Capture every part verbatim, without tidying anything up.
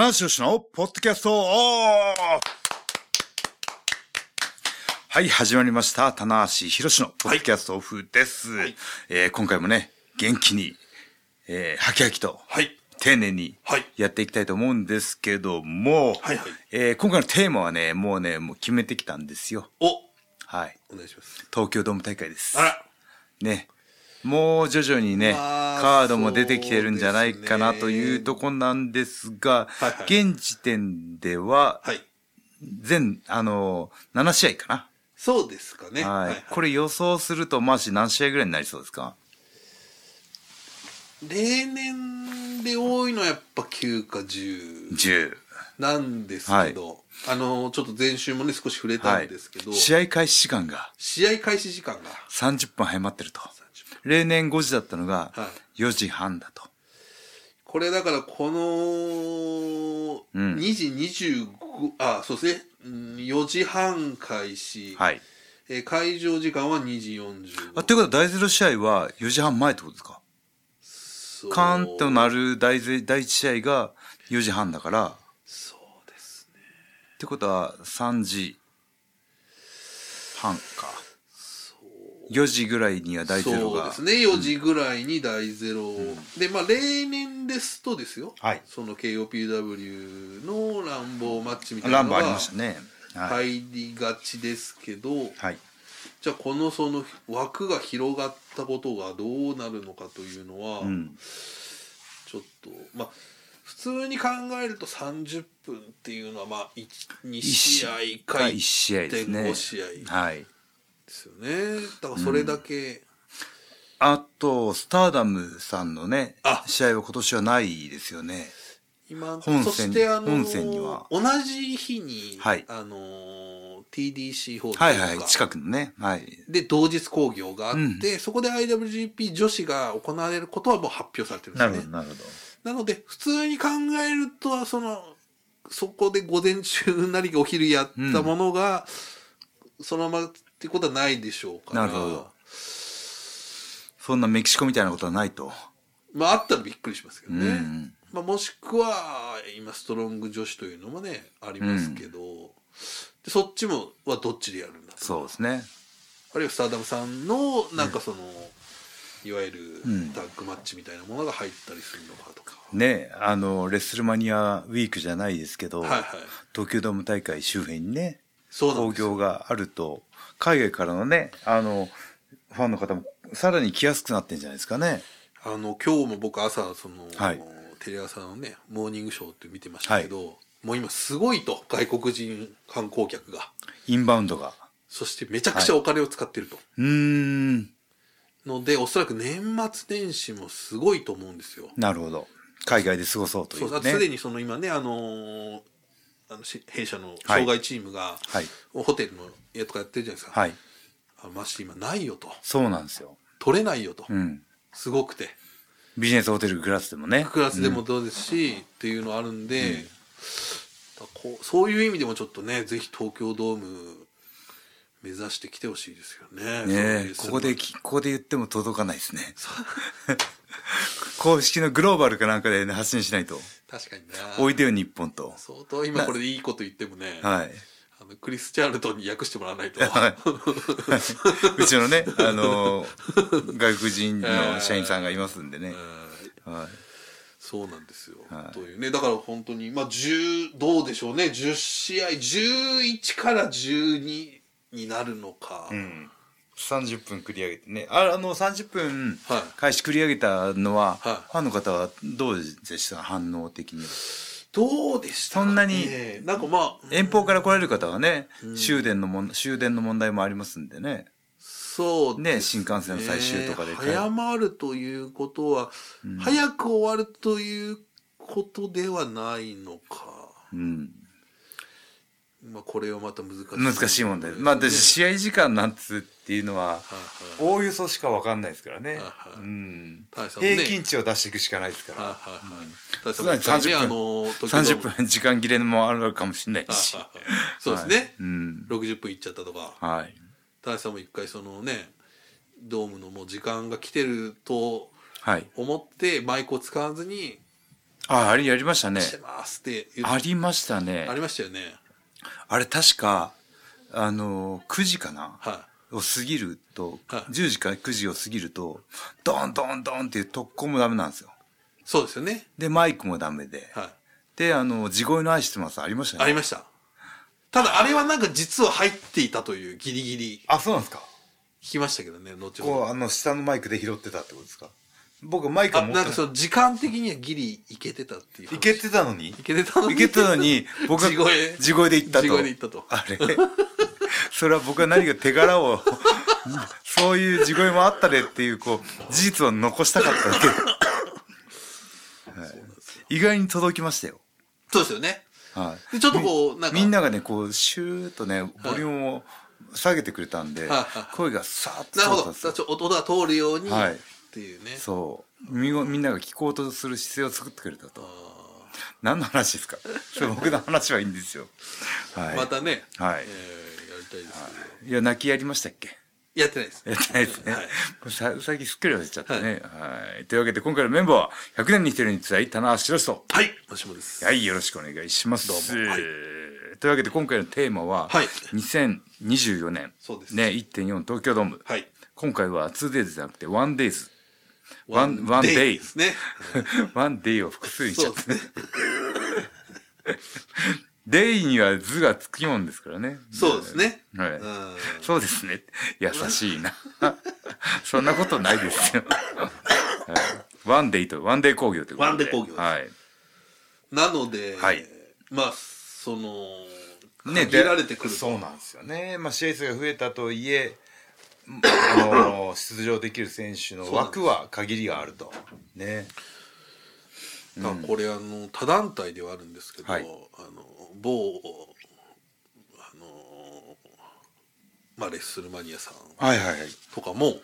棚橋宏のポッドキャストオフ。はい、始まりました。棚橋宏のポッドキャストオフです。はい、えー、今回もね、元気に、えー、はきはきと、はい、丁寧にやっていきたいと思うんですけども、はいはい、えー、今回のテーマはね、もうね、もう決めてきたんですよ。 お、 はい。 お願いします。 東京ドーム大会です。 あら。 ね。もう徐々にね、まあ、カードも出てきてるんじゃないかなというとこなんですが、はいはい、現時点では、はい、全、あの、ななしあいかな。 そうですかね。 はい。 はいはい、 これ予想すると、マジ何試合ぐらいになりそうですか？ 例年で多いのはやっぱきゅうかじゅう。 じゅう。なんですけど、はい、あの、ちょっと前週もね、少し触れたんですけど、はい、 試合開始時間が、 試合開始時間が、 さんじゅっぷん早まってると。例年ごじだったのがよじはんだと、はい、 これだからこのにじにじゅうご、うん、あ、そうですね、よじはん開始、はい、え会場時間はにじよんじゅうご。 あ、ということは第ゼロ試合はよじはんまえってことですか？カーンとなる第第一試合がよじはんだから、 そうですね。 ってことはさんじはんか。よじぐらいには第ゼロが。 そうですね、よじぐらいに第ゼロ、うん、でまあ例年ですとですよ、はい、その ケーオーピーダブリュー の乱暴マッチみたいなのが乱暴ありましたね、 はい、入りがちですけど、はい、じゃあこのその枠が広がったことがどうなるのかというのは、うん、ちょっとまあ普通に考えるとさんじゅっぷんっていうのはまあに試合かいってんご試合、 はい、 ですよね。だからそれだけ、うん、 あとスターダムさんのね試合は今年はないですよね。 今本そしてあの本戦には同じ日に、はい、あの ティーディーシー ホールというか、はいはい、近くのね、はい、 で同日興行があって、うん、そこで アイダブリュージーピー 女子が行われることはもう発表されてるんですね。 なるほどなるほど。 なので普通に考えるとそのそこで午前中なりお昼やったものが、うん、そのままっていうことはないでしょうから。 なるほど。そんなメキシコみたいなことはないと。 まああったらびっくりしますけどね。うん、まあ、もしくは今ストロング女子というのもねありますけど、うん、でそっちもはどっちでやるんだとか。 そうですね。 あるいはスターダムさんのなんかその、うん、いわゆるタッグマッチみたいなものが入ったりするのかとか。 ね、あのレッスルマニアウィークじゃないですけど、はいはい、東京ドーム大会周辺にね興行があると海外からのねあのファンの方もさらに来やすくなってんじゃないですかね。 あの今日も僕朝その、はい、テレ朝のねモーニングショーって見てましたけど、はい、もう今すごいと外国人観光客がインバウンドがそしてめちゃくちゃお金を使ってると、はい、 うーんのでおそらく年末年始もすごいと思うんですよ。 なるほど。海外で過ごそうというね。 そうすでにその今ねあのー、あの弊社の障害チームが、はい、ホテルのやとかやってるじゃないですか。はい。あまして今ないよと。 そうなんですよ。 取れないよと。うん。すごくて。 ビジネスホテルクラスでもね。 クラスでもどうですし、うん、っていうのあるんで、うん、だこうそういう意味でもちょっとねぜひ東京ドーム目指してきてほしいですよね。 ねえここでここで言っても届かないですね。公式のグローバルかなんかで、ね、発信しないと。 確かにね。 おいでよ日本と。 相当今これでいいこと言ってもね。 はい。 あのクリス・チャールトンに訳してもらわないと。 はい、うちのねあの外国人の社員さんがいますんでね。 えー、はい。そうなんですよ。はい、というねだから本当にまあじゅうどうでしょうねじゅっしあいじゅういちからじゅうにになるのか。うん。 さんじゅっぷん繰り上げてね あ, あのさんじゅっぷん開始繰り上げたのは、はい、ファンの方はどうでした反応的には。 どうでしたかね。 そんなになんかまあ遠方から来られる方はね、うん、終電のも終電の問題もありますんでね。 そうですね。 ね新幹線の最終とかで早まるということは、うん、早く終わるということではないのか。うんまあ、これはまた難しい、 ね、難しい問題です。まあ私試合時間なんつっていうのはおおよそしか分かんないですからね。ははうん、ね、平均値を出していくしかないですから。はははうん、さんじゅっぷん、あのさんじゅっぷん時間切れもあるかもしれないし。はははそうですね、はいうん。ろくじゅっぷんいっちゃったとか。はい。田中さんも一回そのねドームのもう時間が来てると思ってマイクを使わずに。 あ、あれやりましたね。 してますってありましたね。 ありましたよね。 あれ確か、あの、くじかな、 はい、 を過ぎると、 はい、 じゅうじかくじを過ぎると、ドンドンドンっていう特攻もダメなんですよ。 そうですよね。 で、マイクもダメで。 はい、 で、あの、地声の愛してますありましたね。 ありました。ただ、あれはなんか実は入っていたというギリギリ。 あ、そうなんですか。 聞きましたけどね、後ほど。 こう、あの、下のマイクで拾ってたってことですか。僕、マイクは持ってなんかその、時間的にはギリいけてたっていう。 いけてたのにいけてたのにいけてたのに、僕は地声。 地声で行ったと。 地声で行ったと。 あれそれは僕は何か手柄を、そういう地声もあったでっていう、こう、事実を残したかっただけで。はい、意外に届きましたよ。 そうですよね。 はい。 で、ちょっとこう、なんか。 みんながね、こう、シューッとね、ボリュームを下げてくれたんで、はい、声がさーっと。 なるほど。ちょっと音が通るように。はい。っていうね。 そう。み, みんなが聞こうとする姿勢を作ってくれたと。何の話ですか。それ僕の話はいいんですよ。はい。 またね。 はい。 えー、やりたいですけど、はい。 いや、泣きやりましたっけ。 やってないです。 やってないですね。はい、さ最近すっかり忘れちゃったね、はい。はい。というわけで今回のメンバーはひゃくねんに一人に伝え棚橋宏と。 はい。もしもです。 はい。よろしくお願いします。どうも。はい。というわけで今回のテーマは、 はい。 にせんにじゅうよねん。 そうですね。いってんよん 東京ドーム。 はい。 今回は ツーデイズ じゃなくて ワンデイズ。 ワン、ワンデイですね。 ワンデイを複数にしちゃったね。デイには図がつきもんですからね。 そうですね。 はい。そうですね。優しいな。そんなことないですよ。ワンデイと、ワンデイ工業ということで。 ワンデイ工業です。 はい。 なので、はい、まあ、その、限られてくる、 ね、そうなんですよね。まあ、試合数が増えたとはいえ、あの出場できる選手の枠は限りがあると。ね。 だこれ、あの他団体ではあるんですけど、はい、あの某あの、まあ、レッスルマニアさんとかも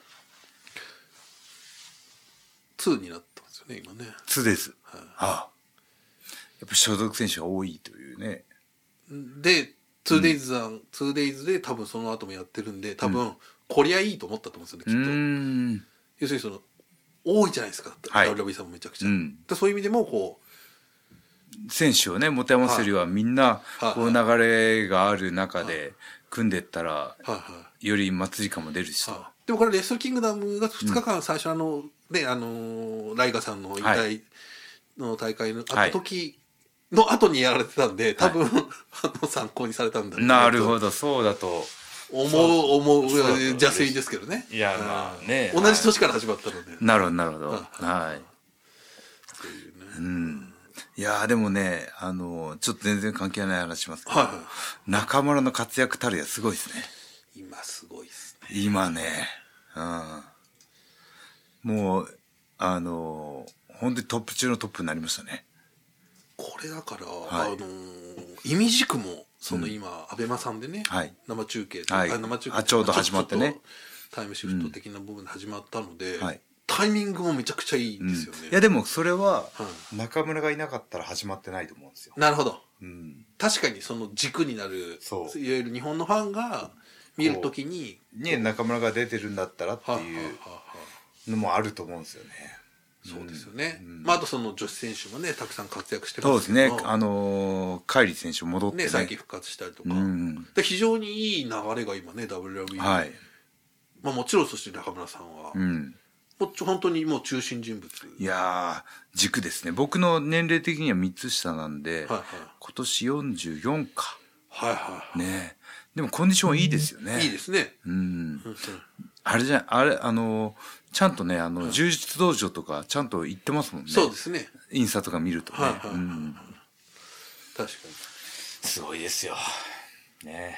ツーになったんですよね今ね。 ツーです。はい、はあ、やっぱ所属選手が多いというね。 で ツーデイズ さん、ツーデイズ で多分その後もやってるんで多分、うん、こりゃいいと思ったと思うんですよねきっと。うん要するにその多いじゃないですか、はい、ダブリューダブリューイー さんもめちゃくちゃ、うん、そういう意味でもこう選手をね持て余せるよりはみんなこう流れがある中で組んでったらより祭り感も出るしさ。 でもこれレストキングダムがふつかかん最初あの、うんね、あのライガさんの引退の大会のあった時の後にやられてたんで、はい、多分、はい、あの参考にされたんだろうな。なるほどそうだと思う思う邪推ですけどね。 いやまあね同じ年から始まったので。 なるほどなるほど。はい。うん。いやでもねあのちょっと全然関係ない話しますけど、はいはい、中村の活躍たるやすごいですね。 今すごいですね。 今ね、うん。もうあの本当にトップ中のトップになりましたね。 これだから、はい、あの意味軸もその今、うん、アベマさんでね、はい、生中継、 はい、 あ生中継あちょうど始まってねタイムシフト的な部分で始まったので、うんはい、タイミングもめちゃくちゃいいんですよね、 うん、いやでもそれは、うん、中村がいなかったら始まってないと思うんですよ。 なるほど、うん、確かにその軸になるいわゆる日本のファンが見るときにね中村が出てるんだったらっていうのもあると思うんですよね。 そうですよね、うんまあ、あとその女子選手もねたくさん活躍してますけど。 そうですねあのー、カイリ選手戻ってね再起復活したりとか、うん、で非常にいい流れが今ね ダブリューダブリューイー、はいまあ、もちろんそして中村さんは、うん、もう本当にもう中心人物。 いやー軸ですね。僕の年齢的にはみっつ下なんで、はいはい、今年よんじゅうよんか。 はいはいはい、 ねでもコンディションいいですよね。 いいですね。 うん。あれじゃあれあのちゃんとねあの柔術道場とかちゃんと行ってますもんね。 そうですね。 インスタとか見るとね。はいはいはい、うん、 確かにすごいですよ。ね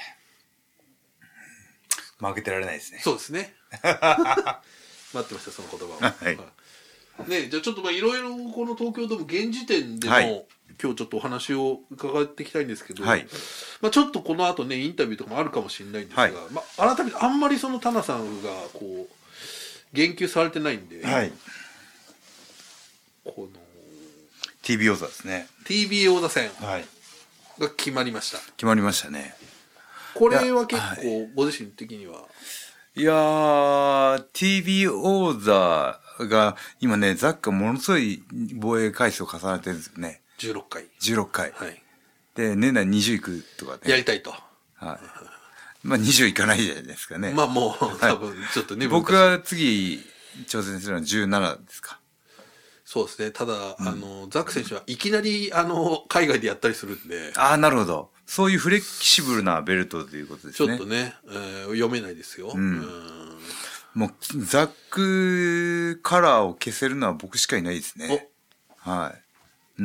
負けてられないですね。 そうですね。待ってましたその言葉を。はい。ねじゃあちょっとまあいろいろこの東京ドーム現時点でも、はい、今日ちょっとお話を伺っていきたいんですけど、はい、まあちょっとこの後ねインタビューとかもあるかもしれないんですが、はいまあ、改めてあんまりそのタナさんがこう言及されてないんで、はい、このティービー 王座ですね。 ティービー 王座戦が決まりました、 はい、決まりましたね。 これは結構ご自身的には。 いやー ティービー 王座が、今ね、ザックがものすごい防衛回数を重ねてるんですよね。 じゅうろっかい。 じゅうろっかい。 はい。 で、年内にじゅういくとかね。やりたいと。はい。 まあにじゅういかないじゃないですかね。 まあもう、多分、ちょっとね、 僕は次、挑戦するのはじゅうななですか。 そうですね。ただ、うん、あの、ザック選手はいきなり、あの、海外でやったりするんで。 ああ、なるほど。そういうフレキシブルなベルトということですね。 ちょっとね、えー、読めないですよ。うん。うんもう、ザックカラーを消せるのは僕しかいないですね。はい。うん。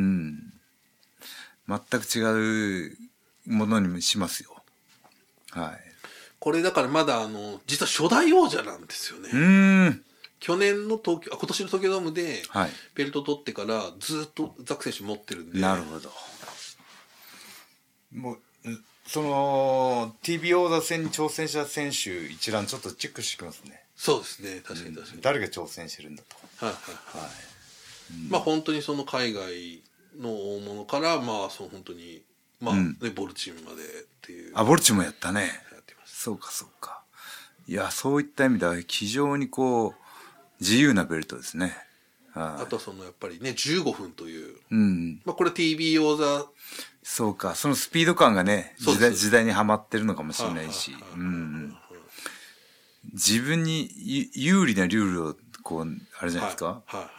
全く違うものにしますよ。はい。 これだからまだ、あの、実は初代王者なんですよね。 うん。 去年の東京、あ、今年の東京ドームで、ベルト取ってからずっとザック選手持ってるんで。 なるほど。もう、その ティービー 王座戦に挑戦した選手一覧ちょっとチェックしてきますね。 そうですね、確かに確かに、 うん、誰が挑戦してるんだと。 はいはいはい、はいうん、まあ本当にその海外の大物からまあその本当にまあ、ねうん、ボルチームまでっていう。 あ、ボルチもやったね。やってました。そうかそうか。いや、そういった意味では非常にこう自由なベルトですね。 はい、あとはそのやっぱりねじゅうごふんという、うんまあ、これ ティービー 王座そうか、そのスピード感がね時代、時代にはまってるのかもしれないし、自分に有利なルールをこうあれじゃないですか、はいはいはい、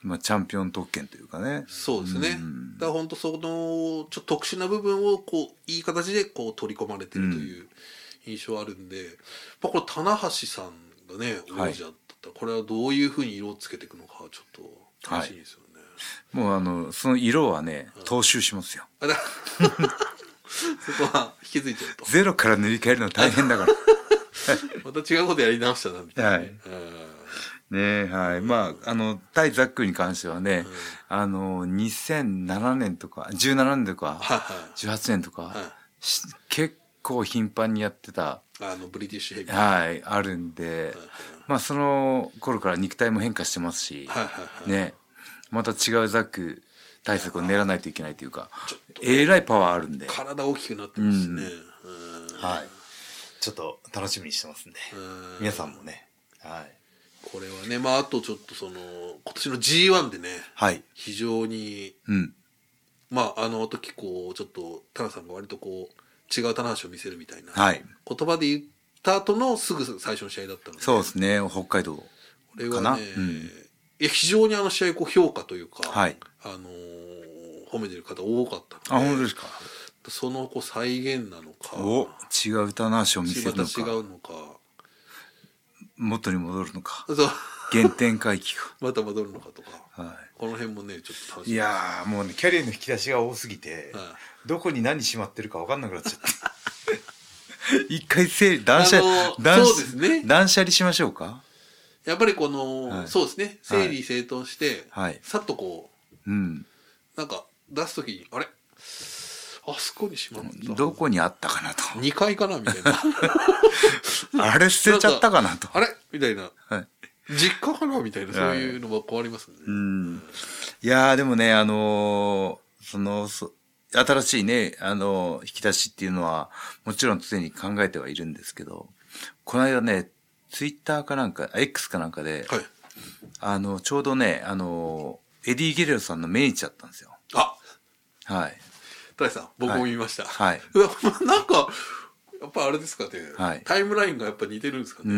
まあ、チャンピオン特権というかね。 そうですね、うん、だから本当そのちょっと特殊な部分をこういい形でこう取り込まれてるという印象あるんで、うん、まあ、これ棚橋さんがね王者だったら、はい、これはどういうふうに色をつけていくのかちょっと楽しいですよね。はい、 もうあのその色はね踏襲しますよ。 あだそこは引き継いちゃうと。 ゼロから塗り替えるの大変だから。 また違うことやり直したなみたいな、ね。はい。 ねはい。まああの対ザックに関してはね、うん、あのにせんななねんとかじゅうななねんとか、はいはい、じゅうはちねんとか、はい、結構頻繁にやってた。 あのブリティッシュヘビー。 はいあるんで、はいはい、まあその頃から肉体も変化してますし、はいはいはい、ねまた違うザック対策を練らないといけないというか、えらいパワーあるんで。 体大きくなってますね。 うん、はい。ちょっと楽しみにしてますんで、皆さんもね。はい。 これはね、まああとちょっとその今年の ジーワン でね、はい、非常に、うん、まああの時こうちょっと田中さんが割とこう違う棚橋を見せるみたいな、はい、言葉で言った後のすぐ最初の試合だったので。 そうですね、北海道かな。これはね、 うん、いや非常にあの試合こう評価というか、はい、あのー、褒めてる方多かったので。 あ、本当ですか。 そのこう再現なのか、 お違う棚橋を見せるのか、 違うのか、 元に戻るのか、原点回帰かまた戻るのかとか、はい、この辺もねちょっと楽しみ。 いやもうねキャリアの引き出しが多すぎて、はい、どこに何しまってるか分かんなくなっちゃって一回整理断捨離、断捨離、断捨離しましょうか。 やっぱりこの、はい、そうですね、整理整頓して、はい、さっとこう、うん、なんか出すときにあれあそこにしまった、 どこにあったかなと、 にかいかなみたいなあれ捨てちゃったかなと、 あれみたいな、はい、実家かなみたいな、そういうのも変わりますね。 うん、いやでもねあのー、そのそ新しいねあのー、引き出しっていうのはもちろん常に考えてはいるんですけど、この間ねツイッターかなんか X かなんかで、はい、あのちょうどねあのエディ・ゲレロさんの命日だったんですよ。 あはい。 大さん僕も見ました。はい。はい、なんかやっぱあれですかね、はい、タイムラインがやっぱ似てるんですかね。うん。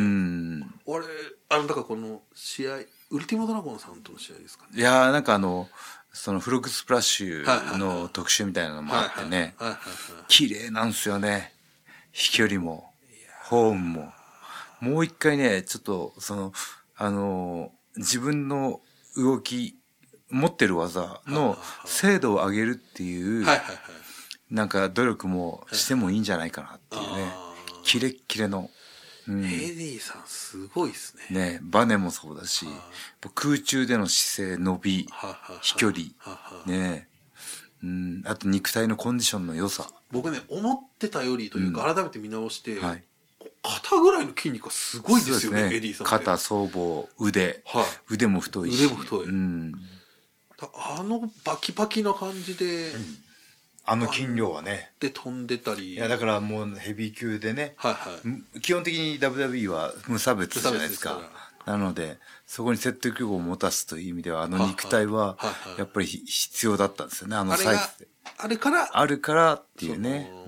俺あのだからこの試合ウルティマドラゴンさんとの試合ですかね。 いやーなんかあのそのフロッグスプラッシュの特集みたいなのもあってね、綺麗なんですよね。飛距離もホームも。もう一回ねちょっとそのあの自分の動き持ってる技の精度を上げるっていうなんか努力もしてもいいんじゃないかなっていうね、キレッキレの、 うん、エディさんすごいですね。 ねバネもそうだし空中での姿勢伸び飛距離ね、うん、あと肉体のコンディションの良さ。 僕ね思ってたよりというか、うん、改めて見直して、はい、肩ぐらいの筋肉がすごいですよね、エディさん。 肩、僧帽、腕、はい、腕も太いし。 腕も太い。うん、あのバキバキな感じで、うん、 あの筋量はね。 で飛んでたり。 いやだからもうヘビー級でね、はいはい、基本的に ダブリューダブリューイー は無差別じゃないですか。 なのでそこに説得力を持たすという意味ではあの肉体はやっぱり必要だったんですよね、あのサイズで。 あれからあるからっていうね、うん、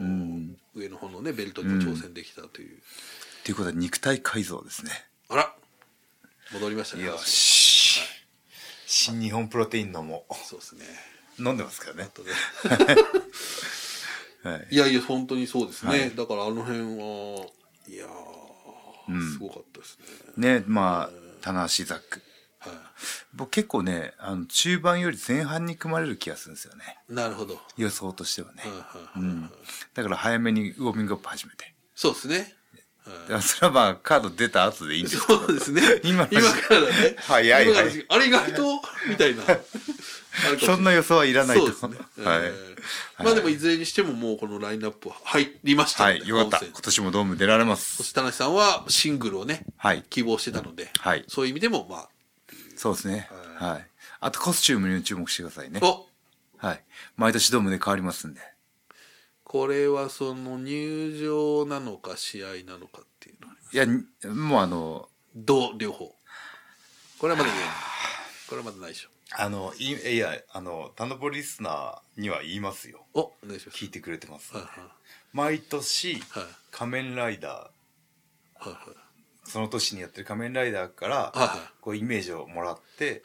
上の方のねベルトにも挑戦できたという、うん、 っていうことは肉体改造ですね。 あら戻りましたね。 よし、はい、新日本プロテイン飲もう。 そうですね、 飲んでますからね。 はい、いやいや本当にそうですね、はい、だからあの辺はいやー、うん、すごかったですね。ね、まあ棚橋ザック、はい、僕結構ねあの中盤より前半に組まれる気がするんですよね。 なるほど、 予想としてはね、うん、だから早めにウォーミングアップ始めて。 そうですね、 はい、それはまあカード出た後でいいんですけど、 そうですね、今今からね早い早いあれ意外とみたいなそんな予想はいらないと。 そうですね、はい、まあでもいずれにしてももうこのラインナップ入りましたので、 はい、よかった。今年もドーム出られます。 そして田無さんはシングルをね、はい、希望してたので、はい、そういう意味でもまあそうですね、はい、はい、あとコスチュームに注目してくださいね。お、はい、毎年ドームで変わりますんで。 これはその入場なのか試合なのかっていうのは、 いやもうあのどう両方これはまだ言えない、これはまだないでしょ。 あのいいやあのタノボリスナーには言いますよ。 お、お願いします。 聞いてくれてます、ね、はいはい、毎年、はい、仮面ライダー、はいはい、その年にやってる仮面ライダーから、はいはい、こうイメージをもらって、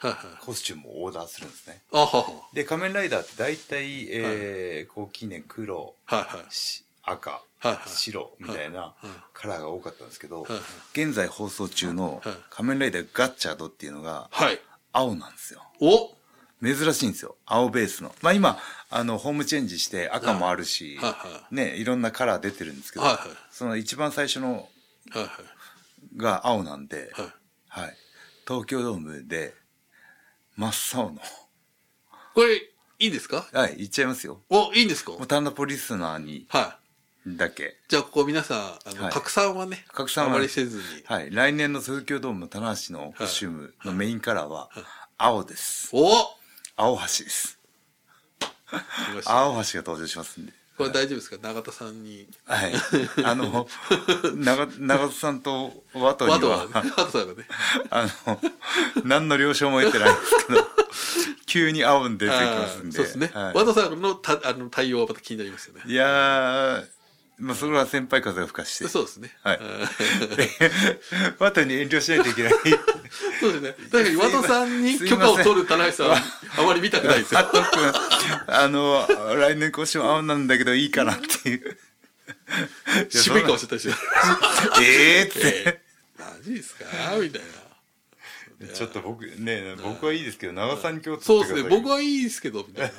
はいはい、コスチュームをオーダーするんですね。あははで仮面ライダーって大体、えー、後期年黒、はいはい、赤、はいはい、白みたいなカラーが多かったんですけど、はいはい、現在放送中の仮面ライダーガッチャードっていうのが、はい、青なんですよ。お、珍しいんですよ、青ベースの。まあ今あのホームチェンジして赤もあるし、はいはい、ね、いろんなカラー出てるんですけど、はいはい、その一番最初のが青なんで、はいはい、東京ドームで真っ青のこれいいですか。 はい、言っちゃいますよ。 お、いいんですか。 もうタンダポリスナーにだけ、はい、 じゃあここ皆さんあの、はい、拡散はね拡散はあまりせずに、 はい、来年の東京ドームの棚橋のコスチュームのメインカラーは青です。 お、 青橋です。青橋が登場しますんで。 これ大丈夫ですか、永田さんに。 はい、あの永永田さんとワトにはワトさんがねあの何の了承も得てないんですけど急に青に出てきますんで。 そうですね、はい、ワトさんのたあの対応はまた気になりますよね。 いやー、まあそれは先輩風が吹かして、 そうですね、はい、 ワトに遠慮しないといけないそうですね、確かにワトさんに許可を取る田中さんはあまり見たくないですよ。 ワト君あの来年今週青なんだけどいいかなっていう渋い顔してたりしてええって、 マジですかみたいな。 ちょっと僕ね、僕はいいですけど長さんに今日そうですね、僕はいいですけどみたいな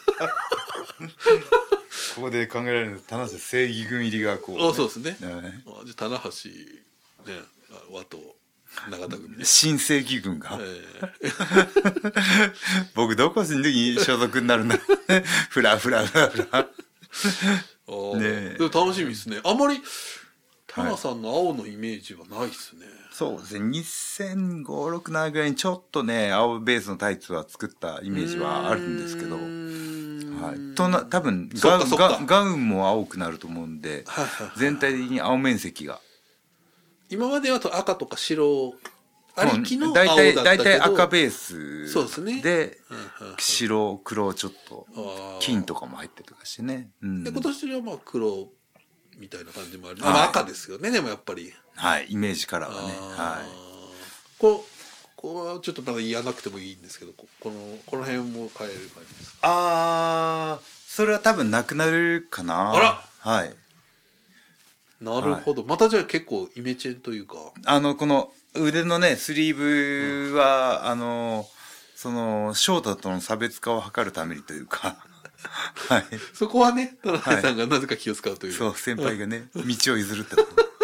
ここで考えられるのは棚橋正義軍入りがこう、 ね、あ、そうですね、はい、じゃ棚橋ね、和と永田組ね、 新正義軍が、えー、僕どこに所属になるんだフラフラフラフラね、でも楽しみですね。あんまりタナさんの青のイメージはないですね、はい、 そうですね、にせんご、ろく、ななぐらいにちょっとね青ベースのタイツは作ったイメージはあるんですけど、はい、とな多分ガウン、ガ、ガウンも青くなると思うんで、はいはいはい、全体的に青面積が今まではと赤とか白ありきの青だったけど、 大体赤ベースで、そうですね、で白黒ちょっと金とかも入ってとかしてね、 うん、で今年はまあ黒みたいな感じもある、はい、まあ、赤ですよね。でもやっぱりはいイメージカラーはね、はい、 こここはちょっとまだ言わなくてもいいんですけど、ここのこの辺も変える感じですか。 ああ、それは多分なくなるかな。 あら、 はい、 なるほど、はい、またじゃあ結構イメチェンというか、 あのこの腕のねスリーブは、うん、あのそのショートとの差別化を図るためにというかはい、 そこはね田中さんがなぜか気を使うという、 はい、そう先輩がね道を譲るって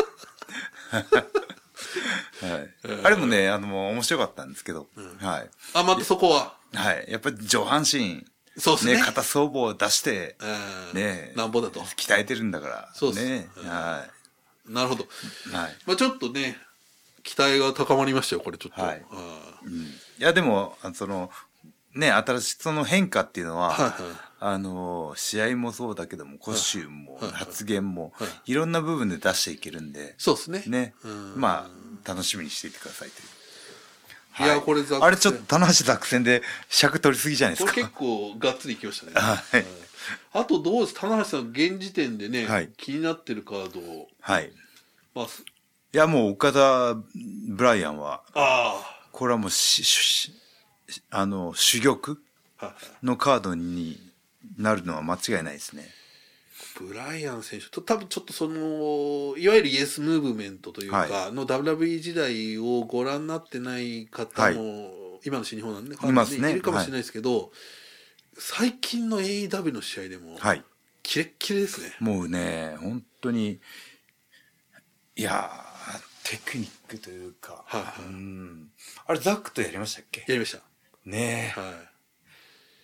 ことはい、あれもねあの面白かったんですけど、うん、はい、 あ、またそこははいやっぱり上半身そうですね、 ね、肩相撲を出してねなんぼだと鍛えてるんだからそうですね、はい、 なるほど、はい、まあちょっとね期待が高まりましたよこれちょっと、はい、 うん、いやでもそのね新しいその変化っていうのは、はいはい、あの試合もそうだけどもコスチュームも、はいはい、発言も、はい、いろんな部分で出していけるんでそうですね、 ね、うん、まあ楽しみにしていてくださいというはい、いやこれザックあれちょっと棚橋ザック戦で尺取りすぎじゃないですか。 これ結構がっつりいきましたね。 はい、 あとどうです棚橋さん現時点でね、はい、気になってるカードを、 はい、まあ、いやもう岡田ブライアンはあこれはもうししあの珠玉のカードになるのは間違いないですね。 ブライアン選手と多分ちょっとそのいわゆるイエスムーブメントというか、はい、の ダブリューダブリューイー 時代をご覧になってない方も、はい、今の新日本なんで、ね、 いますね、 いるかもしれないですけど、はい、最近の エーイーダブリュー の試合でも、はい、キレッキレですね。 もうね本当にいやテクニックというか、はいはい、うんあれザックとやりましたっけ？ やりましたねえ、 はい、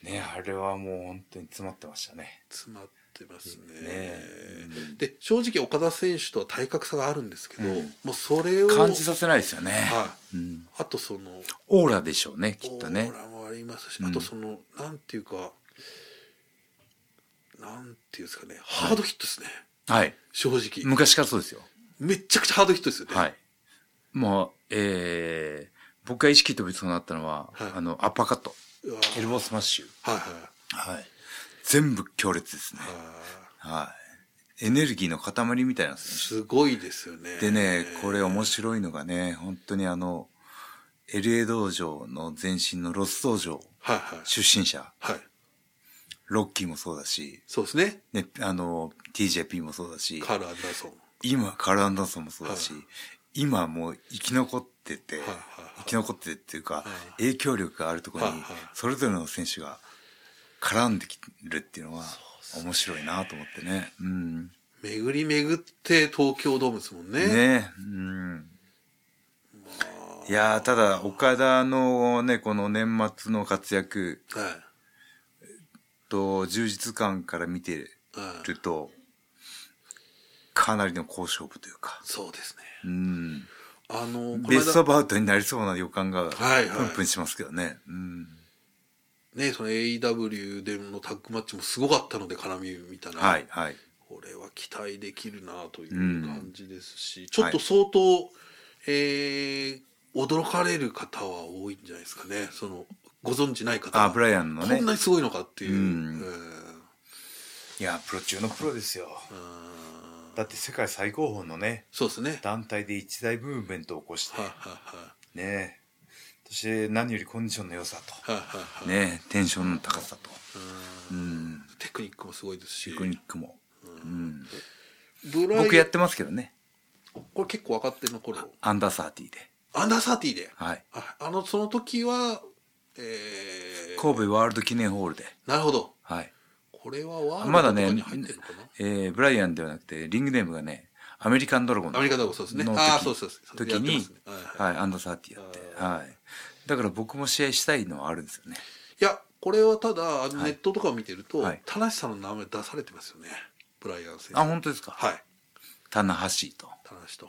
ねあれはもう本当に詰まってましたね。 詰まってますね。ね、うん、で正直岡田選手とは体格差があるんですけど、うん、もうそれを感じさせないですよね。 はい、うん、あとそのオーラでしょうねきっとね。 オーラもありますし、うん、あとそのなんていうかなんていうんですかね、ハードヒットですね。 はい。 正直昔からそうですよ。 めちゃくちゃハードヒットですよね。 はい。もうえー、僕が意識飛びそうになったのは、はい、あのアッパーカット、エルボースマッシュ。 はいはいはい。全部強烈ですね。はい。エネルギーの塊みたいなんですね。 すごいですよね。 でね、これ面白いのがね、本当にあの エルエー 道場の前身のロス道場、はいはい、出身者、はい、ロッキーもそうだし、 そうですね。 ね、あの ティージェーピー もそうだし、 カール・アンダーソン、 今カール・アンダーソンもそうだし、はい、今もう生き残ってて、はいはいはい、生き残っててっていうか、はい、影響力があるところにそれぞれの選手が絡んできるっていうのは面白いなと思ってね。うん。 巡り巡って東京ドームですもんね。 ね、うん。まあ、いやただ岡田のねこの年末の活躍、はい、と充実感から見てると、はい、かなりの好勝負というか。 そうですね。 うん。 あのベストバウトになりそうな予感がはい、はい、 プンプンしますけどね。うん。 ね、その エーイーダブリュー でのタッグマッチもすごかったので絡み見たら、 はいはい、 これは期待できるなという感じですし、うん、ちょっと相当、はい、えー、驚かれる方は多いんじゃないですかね。そのご存知ない方はあブライアンのねこんなにすごいのかっていう、うん、えー、いやプロ中のプロですよ。だって世界最高峰のね、 そうですね、 団体で一大ムーブメントを起こして、 はははねそして何よりコンディションの良さと、ははねテンションの高さと、 うん、テクニックもすごいですし、 テクニックも、うんうん、僕やってますけどね。 これ結構若手の頃アンダーサーティーでアンダーサーティーで、 はい、 あ, あのその時は、えー、神戸ワールド記念ホールで。 なるほど、 はい、 これはワールドとかに入ってるのかな、 まだね、えー、ブライアンではなくてリングネームがねアメリカンドラゴンのアメリカンドラゴンそうですね、 あそうそうそう時に、ね、はい、はい、アンダーサーティーやって、はい、だから僕も試合したいのはあるんですよね。 いやこれはただあのネットとかを見てると、はい、田無さんの名前出されてますよね、ブライアン選手。 あ本当ですか。 はい、 棚橋と田無と、はい、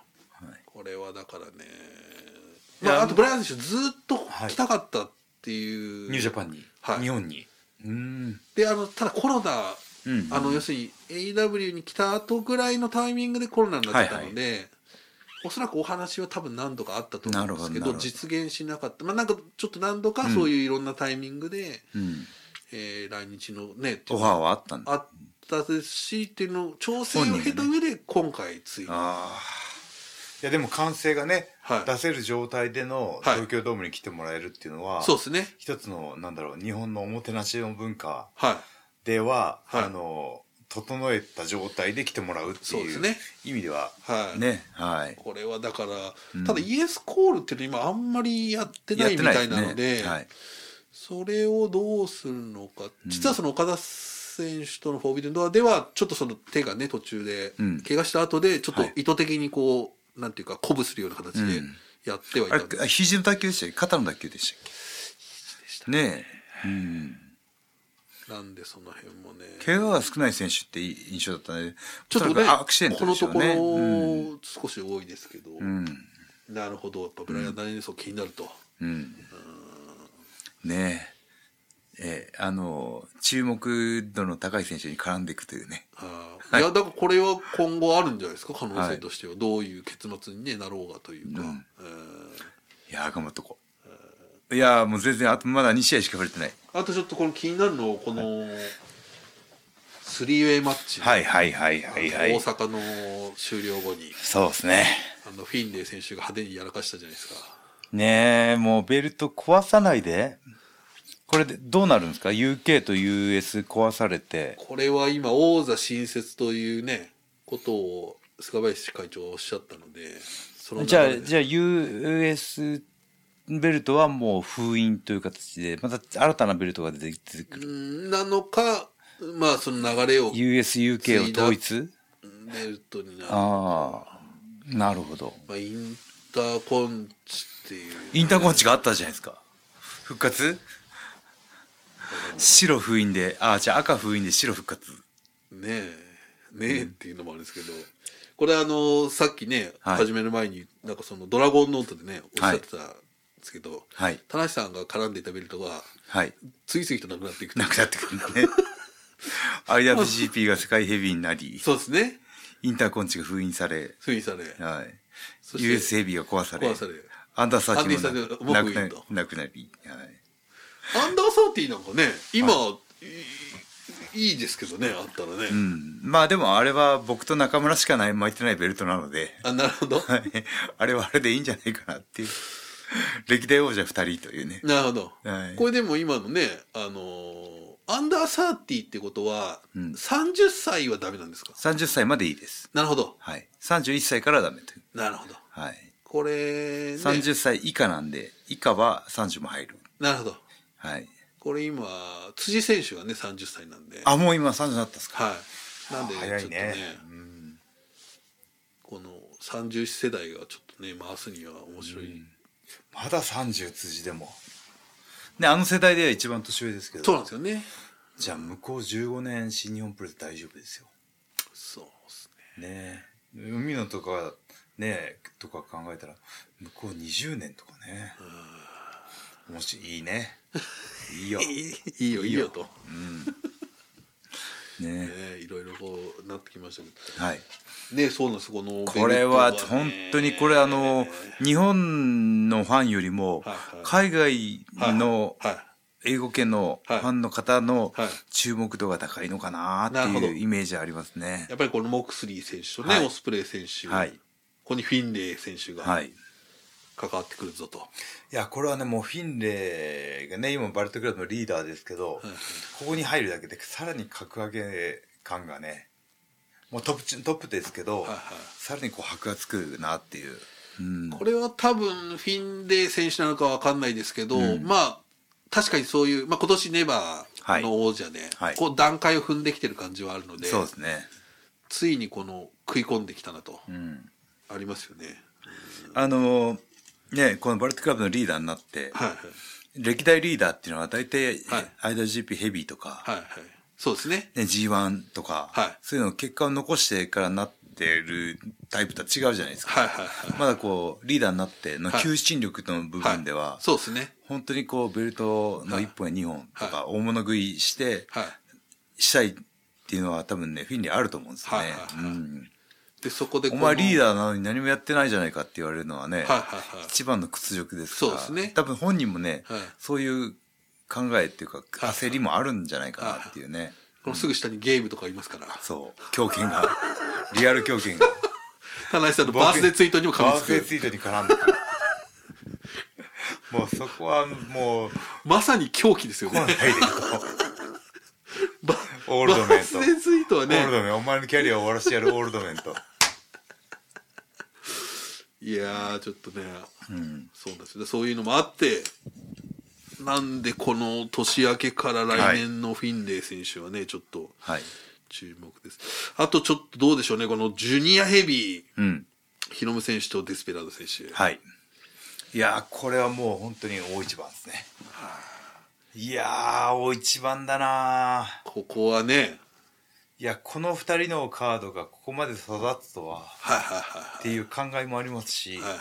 これはだからね、まあ、あとブライアン選手ずっと来たかったっていう、 はい、ニュージャパンに、はい、日本にうんであのただコロナ、うんうん、あの要するに エーイーダブリュー に来た後ぐらいのタイミングでコロナになってたので、はいはい、おそらくお話は多分何度かあったと思うんですけ ど, ど実現しなかった、まあ、なんかちょっと何度かそういういろんなタイミングで、うんえー、来日のねオファーはあったんだあったですしっていうのを調整を経た上で今回ついに、ね、 あいやでも歓声がね、はい、出せる状態での東京ドームに来てもらえるっていうのは、はい、 そうですね、 一つのなんだろう日本のおもてなしの文化では、はい、あの整えた状態で来てもらうっていう意味ではね、はい、 これはだから、うん、ただイエスコールっていうのは今あんまりやってないみたいなの で, で、ねはい、それをどうするのか、実はその岡田選手とのフォービデンドアではちょっとその手がね途中で怪我した後でちょっと意図的にこう、はい、なんていうか鼓舞するような形でやってはいたんです、うん、 あれ肘の打球でしたっけ肩の打球でしたっけ。 肘でしたね。 ねえ、うんなんでその辺もね怪我が少ない選手って印象だったね。 ちょっとねアクシデントでしょうね。 このところ少し多いですけど、うん、なるほどやっぱブライアン・ダニエルソン気になると、うんうん、 ねええあの注目度の高い選手に絡んでいくというね。 あ、はい、いやだからこれは今後あるんじゃないですか可能性としては、はい、どういう結末に、ね、なろうがというか、うんえー、いや頑張っとこう、 いやもう全然あとまだに試合しか触れてない。 あとちょっとこの気になるのこの、はい、スリーウェイマッチ、 はいはいはいはいはい、 大阪の終了後にそうですね、 あのフィンレイ選手が派手にやらかしたじゃないですかねえ。もうベルト壊さないで、これでどうなるんですか？ ユーケー と ユーエス 壊されて、 これは今王座新設というねことを菅林会長がおっしゃったので、そのじゃあじゃあ ユーエス ベルトはもう封印という形でまた新たなベルトが出てくるなのか、まあその流れをユーエスユーケー を統一ベルトになる。 ああなるほど、 まあ、インターコンチっていう、ね、 インターコンチがあったじゃないですか。復活白封印で、あじゃあ赤封印で白復活ねえねえっていうのもあるんですけど、うん、これあのさっきね、はい、始める前になんかそのドラゴンノートでねおっしゃってたんですけど、はい、田無さんが絡んでいたベルトが、はい、次々となくなっていくなくなってくるねアイダブリュージーピー が世界ヘビーになり、 そうですね、 インターコンチが封印され封印され、 はい、ユーエス ヘビーが壊され、 壊されアンダーサーティーもなくなり、なくなり、はい、 アンダーサーティーなんかね今、はい、いいですけどね、あったらね、 うん、まあでもあれは僕と中村しかない巻いてないベルトなので、 あ、なるほどあれはあれでいいんじゃないかなっていう歴代王者ふたりというね。 なるほど、はい、これでも今のね、あのー、アンダーサーティーってことは、うん、さんじゅっさいはダメなんですか？ さんじゅっさいまでいいです。 なるほど、 はい、さんじゅういっさいからダメという。 なるほど、 はい、 これ、ね、 さんじゅっさい以下なんで以下はさんじゅうも入る。 なるほど、 はい、 これ今辻選手がねさんじゅっさいなんで、 あもう今さんじゅうになったんですか？ はい、なんでちょっとね、 早いね、うん、 このさんじゅう世代がちょっとね回すには面白い、うん、 まださんじゅう辻でもね、あの世代では一番年上ですけど、 そうなんですよね。 じゃあ向こうじゅうごねん新日本プロレス大丈夫ですよ。 そうですね。 ねえ、海野とかねとか考えたら向こうにじゅうねんとかね、もしいいね、いいよいいよいいよと、 うんねえ、いろいろこうなってきましたけど、はいね、そうなんです。このこれは本当にこれあの日本のファンよりも海外の英語圏のファンの方の注目度が高いのかなっていうイメージありますね。 やっぱりこのモクスリー選手とね、オスプレイ選手、ここにフィンレイ選手が関わってくるぞと。 いやこれはねもうフィンレイがね今バレットクラブのリーダーですけど、ここに入るだけでさらに格上げ感がね、もうトップトップですけど、はいはい、さらにこう箔がつくなっていう、うん、 これは多分フィンレイ選手なのか分かんないですけど、うん、まあ確かにそういう、まあ、今年ネバーの王者で、はい、こう段階を踏んできてる感じはあるので、 そうですね、 ついにこの食い込んできたなと、うん、ありますよね、 うん、あのねこのバレットクラブのリーダーになって、はいはい、歴代リーダーっていうのは大体、はい、アイダブリュージーピー ヘビーとか、 はいはい、そうですね。 ね ジーワン とか、はい、そういうの結果を残してからなってるタイプとは違うじゃないですか。はいはいはい、まだこうリーダーになっての求心力の部分では、はいはい、 そうですね。本当にこうベルトのいっぽんやにほんとか大物食いして、はい、したいっていうのは多分ねフィンレイあると思うんですよね。はいはいはい、うん、でそこでお前リーダーなのに何もやってないじゃないかって言われるのはね、はいはいはい、一番の屈辱ですから。そうですね。多分本人もね、はい、そういう考えっていうか焦りもあるんじゃないかなっていうね。 このすぐ下にゲームとかありますから。 そう狂犬がリアル狂犬が田中さんのバースデーツイートにも絡んでくる。バースデーツイートに絡んでくるもうそこはもうまさに狂気ですよね。来ないでオールドメントバースデーツイートはね、 オールドメンお前のキャリアを終わらせてやるオールドメントいやーちょっとね、うん、そうですね、そういうのもあってなんでこの年明けから来年のフィンレイ選手はね、はい、ちょっと注目です、はい、あとちょっとどうでしょうね、このジュニアヘビー、うん、ヒロム選手とデスペラード選手、 はい、いやこれはもう本当に大一番ですね、はあ、いやー大一番だな。 ここはね、 いやこのふたりのカードがここまで育つとはっていう考えもありますし、はいはいはい、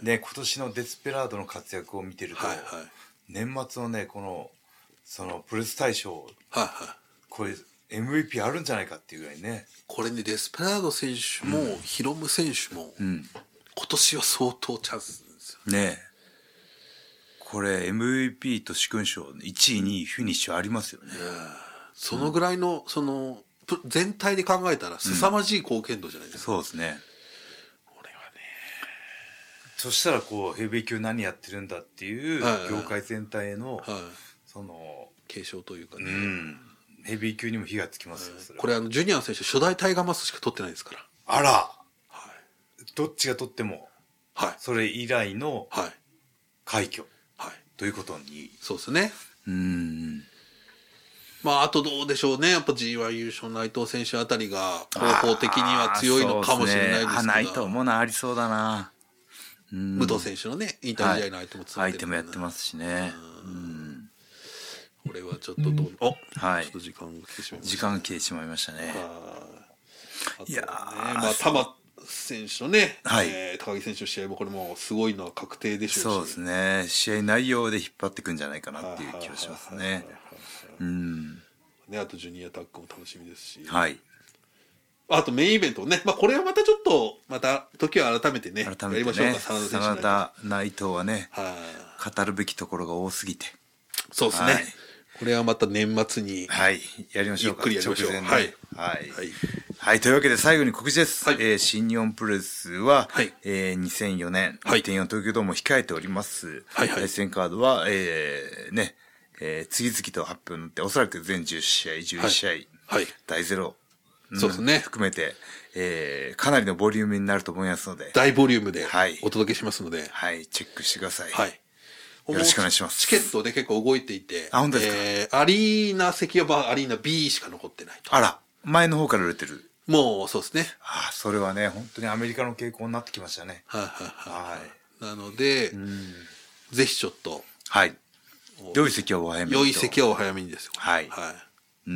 ね、今年のデスペラードの活躍を見てると、はいはい、年末のねこのそのプレス大賞、はいはい、これ エムブイピー あるんじゃないかっていうぐらいね。 これねデスペラード選手も、うん、ヒロム選手も、うん、今年は相当チャンスですよね。 これ エムブイピー と殊勲賞いちいにいフィニッシュありますよね。 そのぐらいのその全体で考えたら凄まじい貢献度じゃないですか。 うん、そうですね。これはね。そしたらこうヘビー級何やってるんだっていう業界全体への、はい、その継承というかね、 うん、ヘビー級にも火がつきますよ。 それこれあのジュニアの選手初代タイガーマスクしか取ってないですから。 あら、はい、どっちが取っても、はい、それ以来の快挙、はい、ということに。 そうですね。うん。まああとどうでしょうね。やっぱ ジーワン 優勝内藤選手あたりが方法的には強いのかもしれないですけど。 ないと思うな、ありそうだな。 うん、武藤選手のね引退試合の相手も相手もやってますしね。うん。 これはちょっとどう、お、はい、ちょっと時間が来てしまいました、ね。 時間が来てしまいましたね。 あいやー、まあ玉選手とね、はい、えー、高木選手の試合もこれもすごいのは確定でしょうし。 そうですね。試合内容で引っ張っていくんじゃないかなっていう気がしますね。うん。 ね、あとジュニアタッグも楽しみですし。 はい。 あとメインイベントね、まあこれはまたちょっとまた時は改めてね、 改めてね、やりましょうか。真田内藤はね、語るべきところが多すぎて。 そうですね。はい、これはまた年末に、 はい、やりましょうか。 ゆっくりやりましょう。 はい、はい、はい、はい。というわけで最後に告知です。はい、えー、新日本プロレスは、はい、えー、にせんよねん いってんよん 東京ドームを控えております。はい、はい。対戦カードは、えー、ね、えー、次々と発表になって、おそらく全じゅっしあい、じゅういちしあい、はい、大ゼロ、 そうですね。 含めて、えー、かなりのボリュームになると思いますので。 大ボリュームでお届けしますので。 はい、はい、チェックしてください。 はい。 よろしくお願いします。 チケットで結構動いていて。 あ、本当ですか。 えー、アリーナ席はアリーナ ビー しか残ってないと。 あら、前の方から売れてる。 もう、そうですね。 ああ、それはね、本当にアメリカの傾向になってきましたね。 はいはいはい。はい。なので、ぜひちょっと。 はい。良い席はお早めに。 良い席はお早めにですよ。 はい。 はい。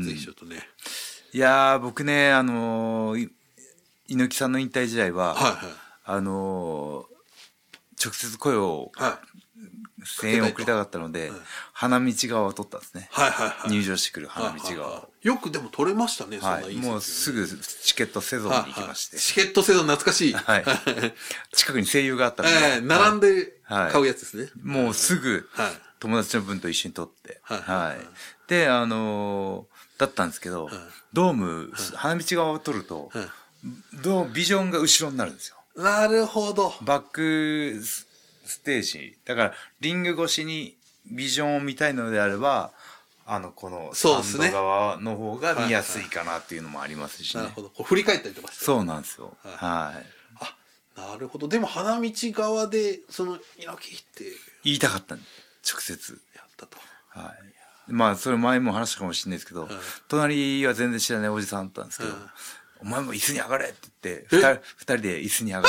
ぜひちょっとね。 いやー、僕ね、あのー、猪木さんの引退時代は、はいはい、あのー、直接声を、はい、声援を送りたかったので、はい、花道側を取ったんですね。 はいはいはい、 入場してくる花道側を、はいはいはい。 よくでも取れましたね、そんないい席、 はい、もうすぐチケットセゾンに行きまして。 はいはい、チケットセゾン懐かしい。はい。 近くに声優があったので、 えー。並んで買うやつですね。 はい、もうすぐ、友達の分と一緒に取って。はい。はい、で、あのー、だったんですけど、はい、ドーム、はい、花道側を取ると、はい、どうビジョンが後ろになるんですよ。 なるほど。 バックステージ。だから、リング越しにビジョンを見たいのであれば、あの、この、スタンド側の方が見やすいかなっていうのもありますしね。 なるほど。こう振り返ったりとかして。 そうなんですよ。はい。はい、 あ、なるほど。でも、花道側で、その、猪木って。 言いたかったんで、直接。 やったと。 はい。まあ、それ前も話したかもしれないですけど、はい、隣は全然知らないおじさんだったんですけど、はい、お前も椅子に上がれって言って、二人、二人で椅子に上がって。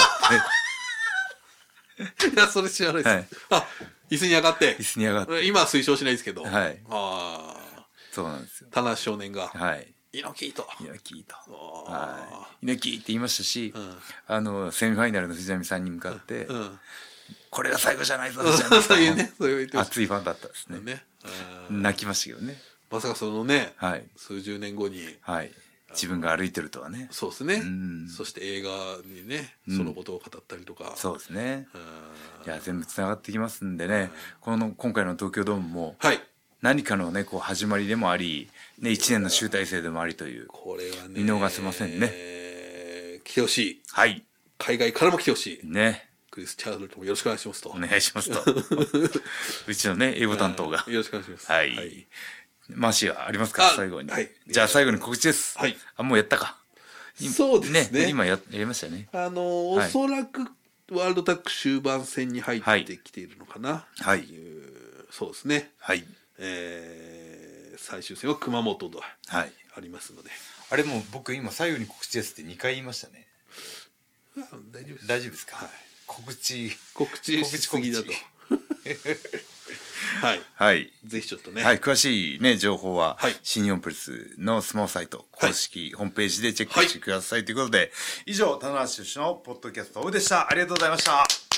いや、それ知らないです。はい、あ、椅子に上がって。 椅子に上がって。 今は推奨しないですけど。 はい。ああ。そうなんですよ。 田中少年が。 はい。 猪木と。 猪木と。はい。猪木って言いましたし、うん、あの、セミファイナルの藤波さんに向かって、うんうん、これが最後じゃないぞ、 そういうね、そういう熱いファンだったですね。ね、泣きましたけどね。 まさかそのね、はい、数十年後に、 はい、自分が歩いてるとはね。 そうですね。うん、そして映画にね、そのことを語ったりとか。 うん、そうですね。いや、全部つながってきますんでね、この今回の東京ドームも、はい、何かのね、こう始まりでもあり、ね、一年の集大成でもありという。 これはね、 見逃せませんね。 えー、来てほしい。 はい。 海外からも来てほしい。 ね。 クリス・チャールトもよろしくお願いしますと。 お願いしますと。うちのね、英語担当が。 よろしくお願いします。 はい。はい、マーシーはありますか最後に。はい。じゃあ最後に告知です。はい。あ、もうやったか。 そうですね。 ね今や、やりましたね。 あのー、はい、おそらくワールドタッグ終盤戦に入ってきているのかな。はい。そうですね。はい。えー、最終戦は熊本とありますので。はい、 あれもう僕今最後に告知ですってにかい言いましたね。 大丈夫です。 大丈夫ですか。はい。告知告知しすぎだと。はい。 はい。 ぜひちょっとね。 はい。詳しいね、情報は、はい、新日本プロレスのスマホサイト、公式ホームページでチェックしてくださいということで、以上、棚橋宏のポッドキャストオフでした。ありがとうございました。